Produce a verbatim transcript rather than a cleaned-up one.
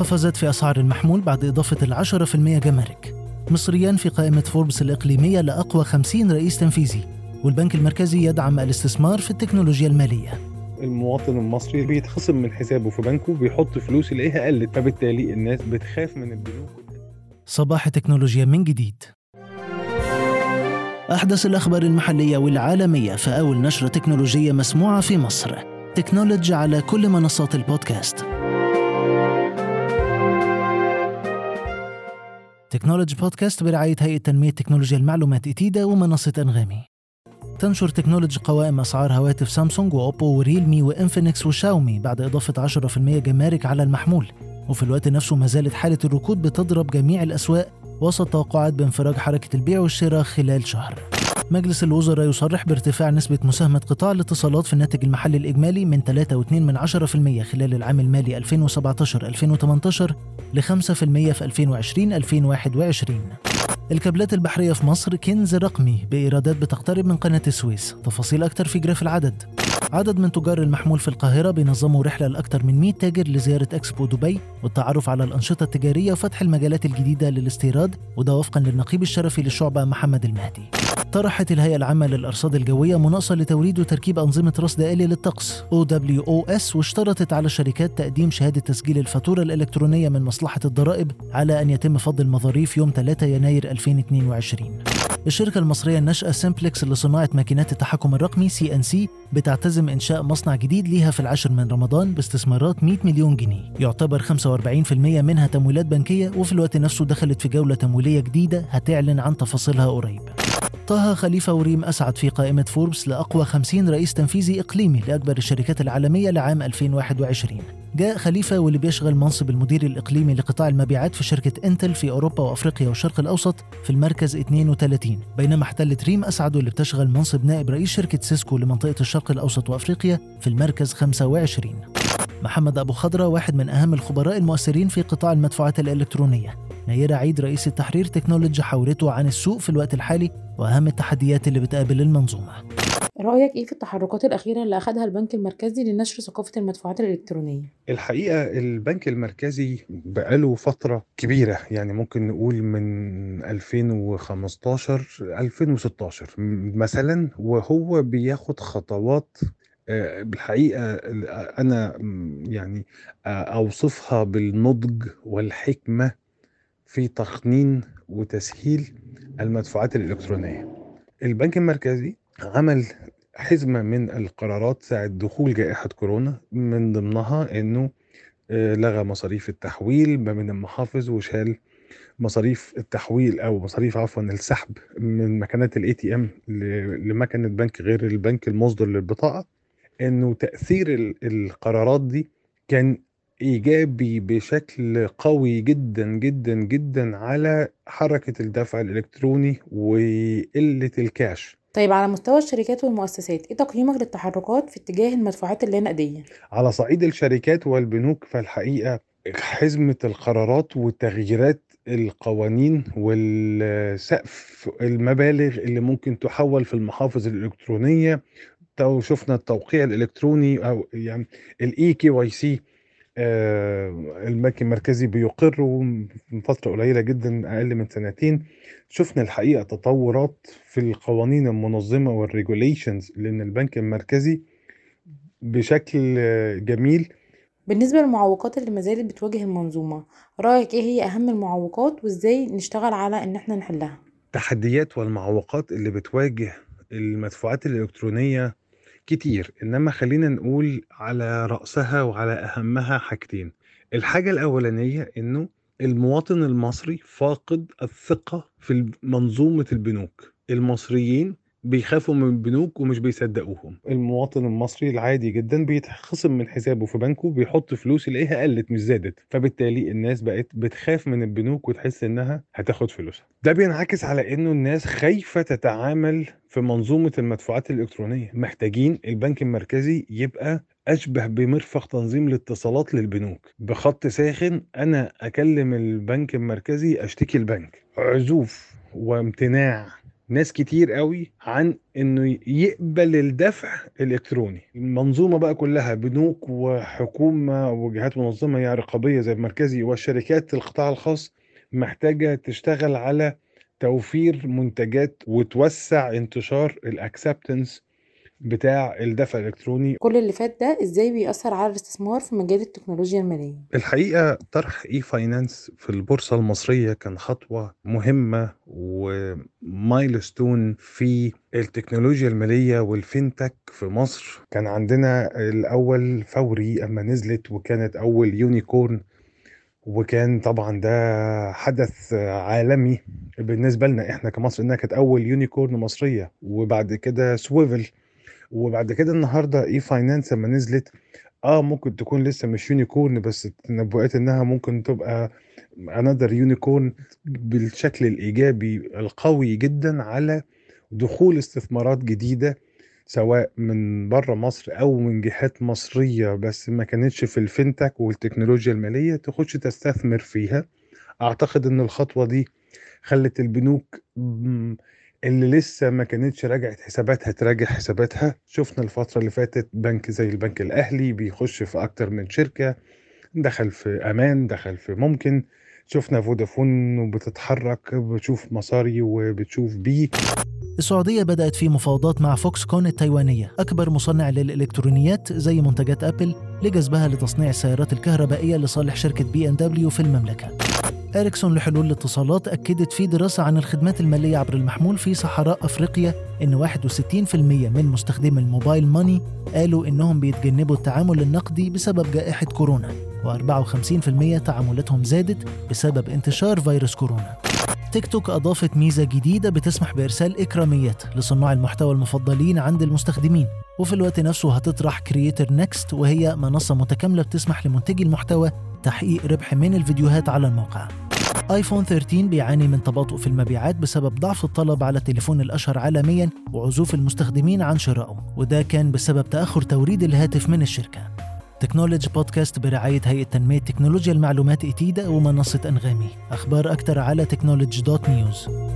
قفزت في أسعار المحمول بعد إضافة العشرة في المية جمارك. مصريان في قائمة فوربس الإقليمية لأقوى خمسين رئيس تنفيذي، والبنك المركزي يدعم الاستثمار في التكنولوجيا المالية. المواطن المصري بيتخصم من حسابه في بنكه بيحط فلوس يلاقيها قلت، فبالتالي الناس بتخاف من البنوك. صباح تكنولوجيا من جديد. أحدث الأخبار المحلية والعالمية في أول نشرة تكنولوجية مسموعة في مصر. تكنولوجي على كل منصات البودكاست. تكنولوجي بودكاست برعاية هيئة تنمية تكنولوجيا المعلومات إتيدا ومنصة أنغامي. تنشر تكنولوجي قوائم أسعار هواتف سامسونج وأوبو وريلمي وإنفينكس وشاومي بعد إضافة عشرة في المية جمارك على المحمول، وفي الوقت نفسه ما زالت حالة الركود بتضرب جميع الأسواق وسط توقعات بانفراج حركة البيع والشراء خلال شهر. مجلس الوزراء يصرح بارتفاع نسبة مساهمة قطاع الاتصالات في الناتج المحلي الإجمالي من ثلاثة فاصلة اثنين بالمئة خلال العام المالي ألفين وسبعة عشر ألفين وثمانية عشر ل خمسة بالمئة في ألفين وعشرين ألفين وواحد وعشرين. الكابلات البحرية في مصر كنز رقمي بإيرادات بتقترب من قناة السويس. تفاصيل أكتر في جراف العدد. عدد من تجار المحمول في القاهرة بينظموا رحلة لأكثر من مئة تاجر لزيارة إكسبو دبي والتعرف على الأنشطة التجارية وفتح المجالات الجديدة للاستيراد، وده وفقا للنقيب الشرفي للشعبة محمد المهدي. طرحت الهيئة العامة للأرصاد الجوية مناقصة لتوريد وتركيب أنظمة رصد آلي للطقس أو دبليو أو إس، واشترطت على الشركات تقديم شهادة تسجيل الفاتورة الإلكترونية من مصلحة الضرائب على أن يتم فض المظاريف يوم ثلاثة يناير ألفين واثنين وعشرين. الشركة المصرية الناشئة سيمبلكس لصناعة ماكينات التحكم الرقمي سي إن سي بتعتزم إنشاء مصنع جديد ليها في العاشر من رمضان باستثمارات مئة مليون جنيه، يعتبر خمسة وأربعين بالمئة منها تمويلات بنكية، وفي الوقت نفسه دخلت في جولة تمويلية جديدة هتعلن عن تفاصيلها قريب. طه خليفة وريم أسعد في قائمة فوربس لأقوى خمسين رئيس تنفيذي إقليمي لأكبر الشركات العالمية لعام ألفين وواحد وعشرين. جاء خليفة واللي بيشغل منصب المدير الإقليمي لقطاع المبيعات في شركة إنتل في أوروبا وأفريقيا والشرق الأوسط في المركز اثنين وثلاثين، بينما احتلت ريم أسعد واللي بتشغل منصب نائب رئيس شركة سيسكو لمنطقة الشرق الأوسط وأفريقيا في المركز خمسة وعشرين. محمد أبو خضرة واحد من أهم الخبراء المؤثرين في قطاع المدفوعات الإلكترونية. نيرة عيد رئيس التحرير تكنولوجي حورته عن السوق في الوقت الحالي وأهم التحديات اللي بتقابل المنظومة. رأيك إيه في التحركات الأخيرة اللي أخدها البنك المركزي لنشر ثقافة المدفوعات الإلكترونية؟ الحقيقة البنك المركزي بقاله فترة كبيرة، يعني ممكن نقول من ألفين وخمستاشر ألفين وستة عشر مثلا، وهو بياخد خطوات بالحقيقة أنا يعني أوصفها بالنضج والحكمة في تقنين وتسهيل المدفوعات الإلكترونية. البنك المركزي عمل حزمة من القرارات ساعة دخول جائحة كورونا، من ضمنها أنه لغى مصاريف التحويل ما بين المحافظ وشال مصاريف التحويل أو مصاريف عفوا السحب من مكانات الاي تي ام لمكنة بنك غير البنك المصدر للبطاقة. أنه تأثير القرارات دي كان إيجابي بشكل قوي جدا جدا جدا على حركة الدفع الإلكتروني وقلة الكاش. طيب على مستوى الشركات والمؤسسات، إيه تقييمك للتحركات في اتجاه المدفوعات اللانقدية؟ على صعيد الشركات والبنوك فالحقيقة حزمة القرارات وتغييرات القوانين والسقف المبالغ اللي ممكن تحول في المحافظ الإلكترونية، تو شفنا التوقيع الإلكتروني أو يعني الإي كي واي سي البنك المركزي بيقره من فترة قليلة جدا أقل من سنتين. شفنا الحقيقة تطورات في القوانين المنظمة والريجوليشنز لأن البنك المركزي بشكل جميل. بالنسبة للمعوقات اللي ما زالت بتواجه المنظومة، رأيك إيه هي أهم المعوقات وإزاي نشتغل على إن احنا نحلها؟ التحديات والمعوقات اللي بتواجه المدفوعات الإلكترونية كتير، إنما خلينا نقول على رأسها وعلى أهمها حاجتين. الحاجة الأولانية إنه المواطن المصري فاقد الثقة في منظومة البنوك. المصريين بيخافوا من البنوك ومش بيصدقوهم. المواطن المصري العادي جدا بيتخصم من حسابه في بنكه بيحط فلوس يلاقيها قلت مش زادت، فبالتالي الناس بقت بتخاف من البنوك وتحس انها هتاخد فلوسها. ده بينعكس على انه الناس خايفة تتعامل في منظومة المدفوعات الإلكترونية. محتاجين البنك المركزي يبقى أشبه بمرفق تنظيم الاتصالات للبنوك بخط ساخن. أنا أكلم البنك المركزي أشتكي البنك، عزوف وامتناع ناس كتير قوي عن انه يقبل الدفع الالكتروني. المنظومه بقى كلها بنوك وحكومه وجهات منظمه يعني رقابيه زي المركزي والشركات القطاع الخاص محتاجه تشتغل على توفير منتجات وتوسع انتشار الاكسبتنس بتاع الدفع الالكتروني. كل اللي فات ده ازاي بيأثر على الاستثمار في مجال التكنولوجيا المالية؟ الحقيقة طرح اي فاينانس في البورصة المصرية كان خطوة مهمة ومايلستون في التكنولوجيا المالية والفينتك في مصر. كان عندنا الأول فوري أما نزلت وكانت أول يونيكورن، وكان طبعا ده حدث عالمي بالنسبة لنا احنا كمصر انها كانت أول يونيكورن مصرية، وبعد كده سويفل، وبعد كده النهارده اي فاينانس لما نزلت اه ممكن تكون لسه مش يونيكورن، بس تنبؤات انها ممكن تبقى انذر يونيكورن بالشكل الايجابي القوي جدا على دخول استثمارات جديده سواء من بره مصر او من جهات مصريه بس ما كانتش في الفينتك والتكنولوجيا الماليه تخش تستثمر فيها. اعتقد ان الخطوه دي خلت البنوك اللي لسه ما كانتش راجعت حساباتها تراجع حساباتها. شفنا الفترة اللي فاتت بنك زي البنك الأهلي بيخش في أكتر من شركة، دخل في أمان، دخل في ممكن، شفنا فودافون وبتتحرك، بتشوف مصاري وبتشوف بي. السعودية بدأت في مفاوضات مع فوكس كون التايوانية أكبر مصنع للإلكترونيات زي منتجات أبل لجذبها لتصنيع السيارات الكهربائية لصالح شركة بي إم دبليو في المملكة. إريكسون لحلول الاتصالات أكدت في دراسة عن الخدمات المالية عبر المحمول في صحراء أفريقيا إن واحد وستين بالمئة من مستخدمي الموبايل ماني قالوا إنهم بيتجنبوا التعامل النقدي بسبب جائحة كورونا، وأربعة وخمسين بالمئة تعاملاتهم زادت بسبب انتشار فيروس كورونا. تيك توك أضافت ميزة جديدة بتسمح بإرسال إكراميات لصناع المحتوى المفضلين عند المستخدمين، وفي الوقت نفسه هتطرح كرييتر نيكست، وهي منصة متكاملة بتسمح لمنتجي المحتوى تحقيق ربح من الفيديوهات على الموقع. آيفون ثلاثة عشر بيعاني من تباطؤ في المبيعات بسبب ضعف الطلب على التليفون الأشهر عالمياً وعزوف المستخدمين عن شرائه، وده كان بسبب تأخر توريد الهاتف من الشركة. تكنولوجي بودكاست برعاية هيئة تنمية تكنولوجيا المعلومات إتيدا ومنصة أنغامي. أخبار أكتر على تكنولوجي دوت نيوز.